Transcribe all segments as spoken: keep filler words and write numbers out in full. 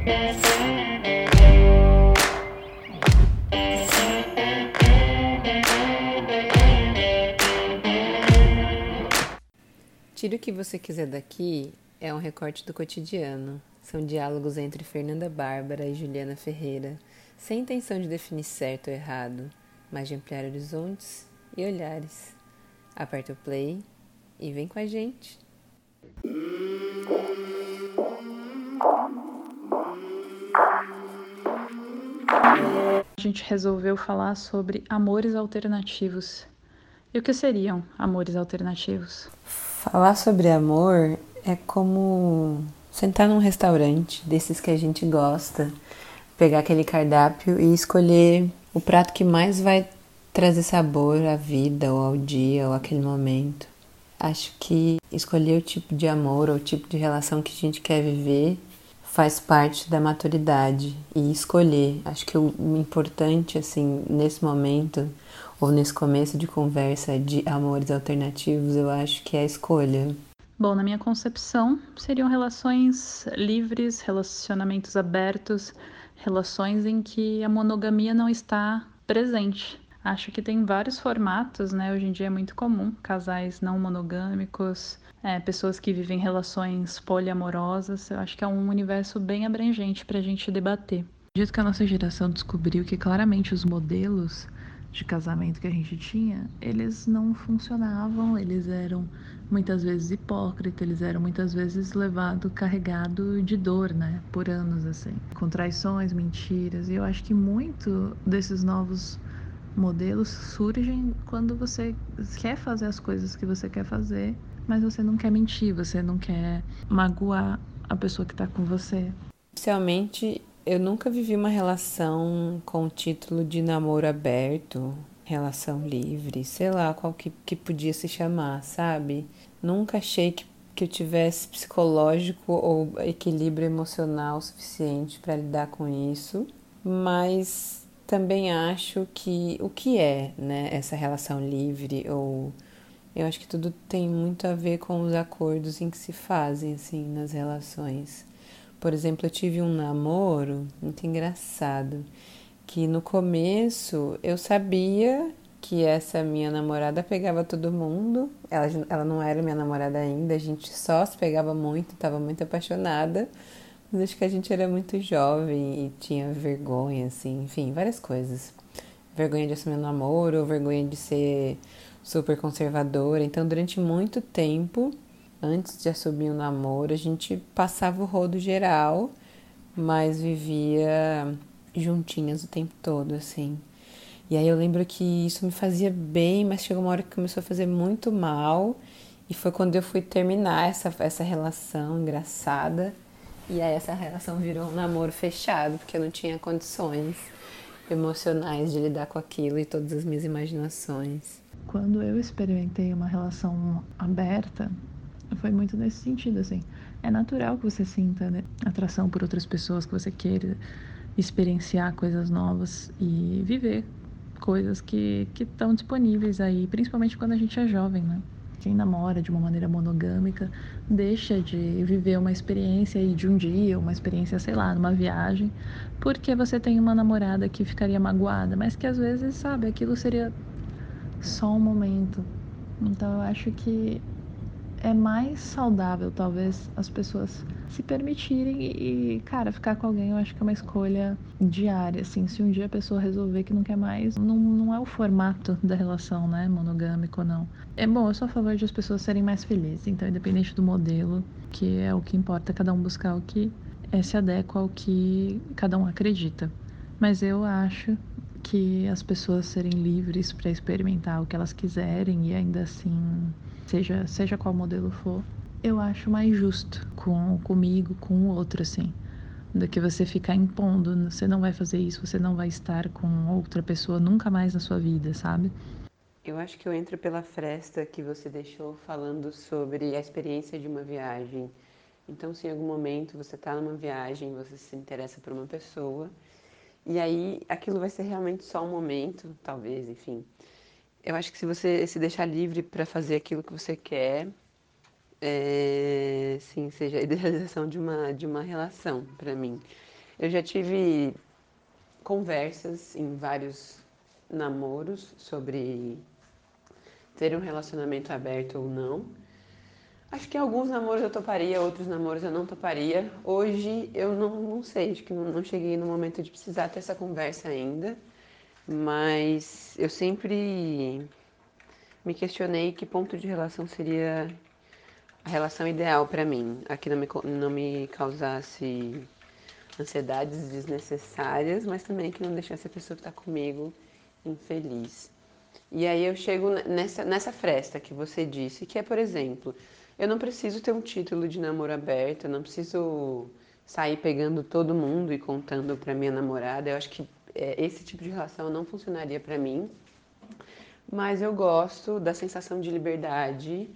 Tira o que você quiser daqui é um recorte do cotidiano. São diálogos entre Fernanda Bárbara e Juliana Ferreira, sem intenção de definir certo ou errado, mas de ampliar horizontes e olhares. Aperta o play e vem com a gente. A gente resolveu falar sobre amores alternativos. E o que seriam amores alternativos? Falar sobre amor é como sentar num restaurante desses que a gente gosta, pegar aquele cardápio e escolher o prato que mais vai trazer sabor à vida ou ao dia ou àquele momento. Acho que escolher o tipo de amor ou o tipo de relação que a gente quer viver faz parte da maturidade e escolher. Acho que o importante, assim, nesse momento ou nesse começo de conversa de amores alternativos, eu acho que é a escolha. Bom, na minha concepção, seriam relações livres, relacionamentos abertos, relações em que a monogamia não está presente. Acho que tem vários formatos, né? Hoje em dia é muito comum casais não monogâmicos, é, pessoas que vivem relações poliamorosas. Eu acho que é um universo bem abrangente para a gente debater. Acredito que a nossa geração descobriu que claramente os modelos de casamento que a gente tinha, eles não funcionavam, eles eram muitas vezes hipócritas, eles eram muitas vezes levados carregado de dor, né, por anos assim, com traições, mentiras. E eu acho que muito desses novos modelos surgem quando você quer fazer as coisas que você quer fazer, mas você não quer mentir, você não quer magoar a pessoa que está com você. Inicialmente, eu nunca vivi uma relação com o título de namoro aberto, relação livre, sei lá qual que, que podia se chamar, sabe? Nunca achei que, que eu tivesse psicológico ou equilíbrio emocional suficiente para lidar com isso, mas também acho que o que é, né, essa relação livre ou eu acho que tudo tem muito a ver com os acordos em que se fazem assim nas relações. Por exemplo, eu tive um namoro muito engraçado, que no começo eu sabia que essa minha namorada pegava todo mundo, ela, ela não era minha namorada ainda, a gente só se pegava muito, estava muito apaixonada, mas acho que a gente era muito jovem e tinha vergonha, assim, enfim, várias coisas. Vergonha de assumir um namoro, vergonha de ser super conservadora. Então, durante muito tempo, antes de assumir o namoro, a gente passava o rodo geral, mas vivia juntinhas o tempo todo, assim. E aí eu lembro que isso me fazia bem, mas chegou uma hora que começou a fazer muito mal. E foi quando eu fui terminar essa, essa relação engraçada. E aí essa relação virou um namoro fechado, porque eu não tinha condições emocionais de lidar com aquilo e todas as minhas imaginações. Quando eu experimentei uma relação aberta, foi muito nesse sentido, assim. É natural que você sinta, né, atração por outras pessoas, que você queira experienciar coisas novas e viver coisas que que estão disponíveis aí, principalmente quando a gente é jovem, né? Quem namora de uma maneira monogâmica deixa de viver uma experiência aí de um dia, uma experiência, sei lá, numa viagem, porque você tem uma namorada que ficaria magoada, mas que às vezes, sabe, aquilo seria só um momento. Então eu acho que é mais saudável, talvez, as pessoas se permitirem e, cara, ficar com alguém eu acho que é uma escolha diária, assim. Se um dia a pessoa resolver que não quer mais, não, não é o formato da relação, né, monogâmico ou não. É bom, eu sou a favor de as pessoas serem mais felizes, então, independente do modelo, que é o que importa, cada um buscar o que é, se adequa ao que cada um acredita. Mas eu acho que as pessoas serem livres para experimentar o que elas quiserem e ainda assim seja, seja qual modelo for, eu acho mais justo com, comigo, com o outro, assim, do que você ficar impondo, você não vai fazer isso, você não vai estar com outra pessoa nunca mais na sua vida, sabe? Eu acho que eu entro pela fresta que você deixou falando sobre a experiência de uma viagem. Então, se em algum momento você está numa viagem, você se interessa por uma pessoa, e aí aquilo vai ser realmente só um momento, talvez, enfim. Eu acho que se você se deixar livre para fazer aquilo que você quer, é, sim, seja a idealização de uma, de uma relação, para mim. Eu já tive conversas em vários namoros sobre ter um relacionamento aberto ou não. Acho que alguns namoros eu toparia, outros namoros eu não toparia. Hoje eu não, não sei, acho que não, não cheguei no momento de precisar ter essa conversa ainda. Mas eu sempre me questionei que ponto de relação seria a relação ideal para mim. Aqui não me, não me causasse ansiedades desnecessárias, mas também que não deixasse a pessoa que está comigo infeliz. E aí eu chego nessa, nessa fresta que você disse, que é, por exemplo, eu não preciso ter um título de namoro aberto, eu não preciso sair pegando todo mundo e contando para minha namorada. Eu acho que é, esse tipo de relação não funcionaria para mim, mas eu gosto da sensação de liberdade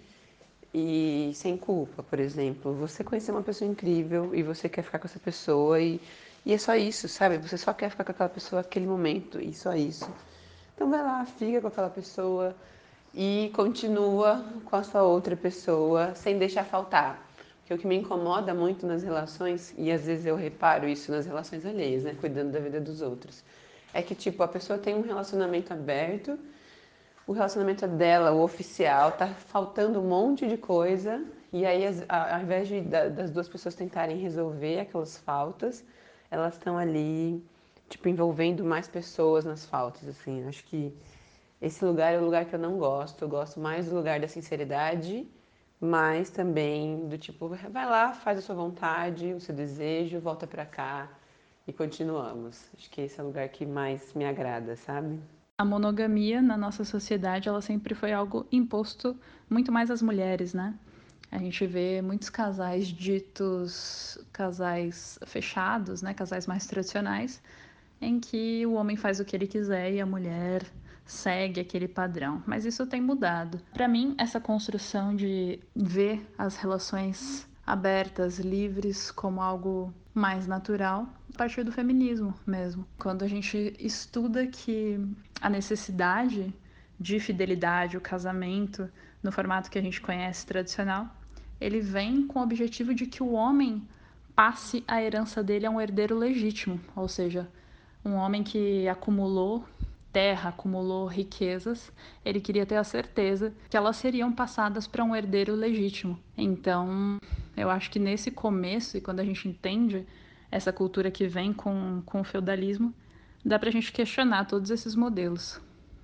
e sem culpa, por exemplo. Você conheceu uma pessoa incrível e você quer ficar com essa pessoa e, e é só isso, sabe? Você só quer ficar com aquela pessoa naquele momento e só isso. Então vai lá, fica com aquela pessoa e continua com a sua outra pessoa sem deixar faltar. Porque o que me incomoda muito nas relações, e às vezes eu reparo isso nas relações alheias, né? Cuidando da vida dos outros. É que, tipo, a pessoa tem um relacionamento aberto, o relacionamento dela, o oficial, tá faltando um monte de coisa, e aí, ao invés de, das duas pessoas tentarem resolver aquelas faltas, elas estão ali, tipo, envolvendo mais pessoas nas faltas, assim. Acho que esse lugar é o lugar que eu não gosto. Eu gosto mais do lugar da sinceridade, mas também do tipo, vai lá, faz a sua vontade, o seu desejo, volta pra cá e continuamos. Acho que esse é o lugar que mais me agrada, sabe? A monogamia na nossa sociedade, ela sempre foi algo imposto muito mais às mulheres, né? A gente vê muitos casais ditos casais fechados, né? Casais mais tradicionais, em que o homem faz o que ele quiser e a mulher segue aquele padrão. Mas isso tem mudado. Para mim, essa construção de ver as relações abertas, livres, como algo mais natural, a partir do feminismo mesmo. Quando a gente estuda que a necessidade de fidelidade, o casamento, no formato que a gente conhece tradicional, ele vem com o objetivo de que o homem passe a herança dele a um herdeiro legítimo, ou seja, um homem que acumulou terra, acumulou riquezas, ele queria ter a certeza que elas seriam passadas para um herdeiro legítimo. Então, eu acho que nesse começo, e quando a gente entende essa cultura que vem com, com o feudalismo, dá pra gente questionar todos esses modelos.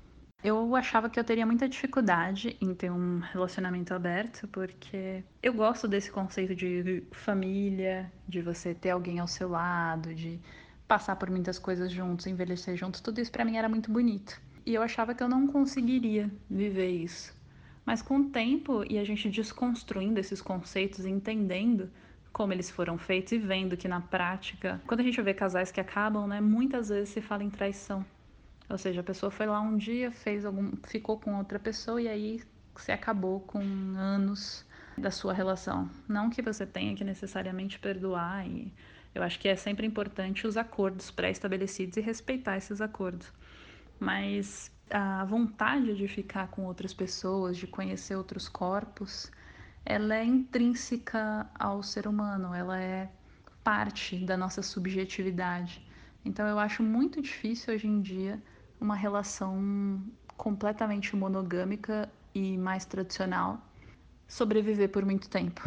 Eu achava que eu teria muita dificuldade em ter um relacionamento aberto, porque eu gosto desse conceito de família, de você ter alguém ao seu lado, de passar por muitas coisas juntos, envelhecer juntos. Tudo isso para mim era muito bonito. E eu achava que eu não conseguiria viver isso. Mas com o tempo e a gente desconstruindo esses conceitos e entendendo como eles foram feitos e vendo que na prática, quando a gente vê casais que acabam, né, muitas vezes se fala em traição. Ou seja, a pessoa foi lá um dia, fez algum, ficou com outra pessoa e aí você acabou com anos da sua relação. Não que você tenha que necessariamente perdoar, e eu acho que é sempre importante os acordos pré-estabelecidos e respeitar esses acordos. Mas a vontade de ficar com outras pessoas, de conhecer outros corpos, ela é intrínseca ao ser humano, ela é parte da nossa subjetividade. Então eu acho muito difícil hoje em dia uma relação completamente monogâmica e mais tradicional sobreviver por muito tempo.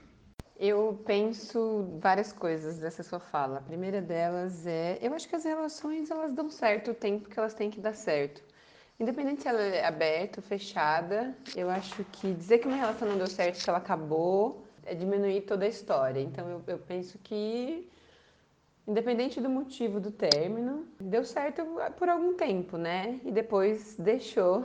Eu penso várias coisas dessa sua fala. A primeira delas é, eu acho que as relações elas dão certo o tempo que elas têm que dar certo. Independente se ela é aberta ou fechada, eu acho que dizer que uma relação não deu certo, que ela acabou, é diminuir toda a história. Então eu, eu penso que, independente do motivo do término, deu certo por algum tempo, né? E depois deixou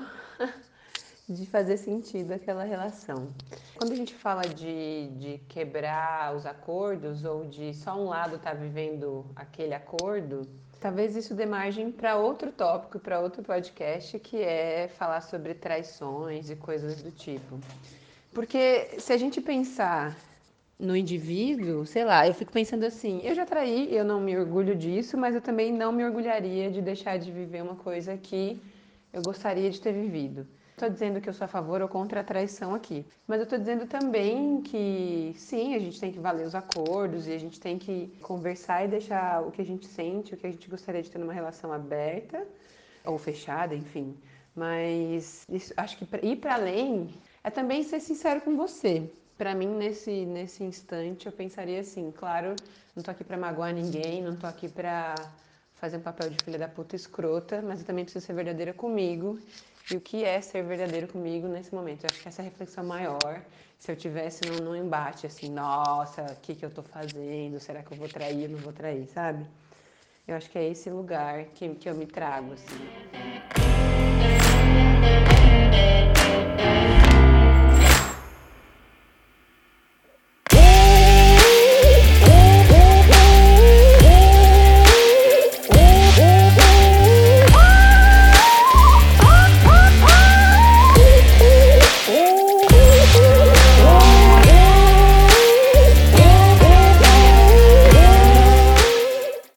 de fazer sentido aquela relação. Quando a gente fala de, de quebrar os acordos ou de só um lado estar tá vivendo aquele acordo, talvez isso dê margem para outro tópico, para outro podcast, que é falar sobre traições e coisas do tipo. Porque se a gente pensar no indivíduo, sei lá, eu fico pensando assim, eu já traí, eu não me orgulho disso, mas eu também não me orgulharia de deixar de viver uma coisa que eu gostaria de ter vivido. Estou dizendo que eu sou a favor ou contra a traição aqui, mas eu estou dizendo também que sim, a gente tem que valer os acordos e a gente tem que conversar e deixar o que a gente sente, o que a gente gostaria de ter numa relação aberta ou fechada, enfim. Mas isso, acho que ir para além é também ser sincero com você. Para mim, nesse, nesse instante, eu pensaria assim: claro, não tô aqui para magoar ninguém, não tô aqui para fazer um papel de filha da puta escrota, mas eu também preciso ser verdadeira comigo. E o que é ser verdadeiro comigo nesse momento? Eu acho que essa é a reflexão maior. Se eu tivesse num, num embate assim, nossa, o que, que eu tô fazendo? Será que eu vou trair ou não vou trair, sabe? Eu acho que é esse lugar que, que eu me trago, assim.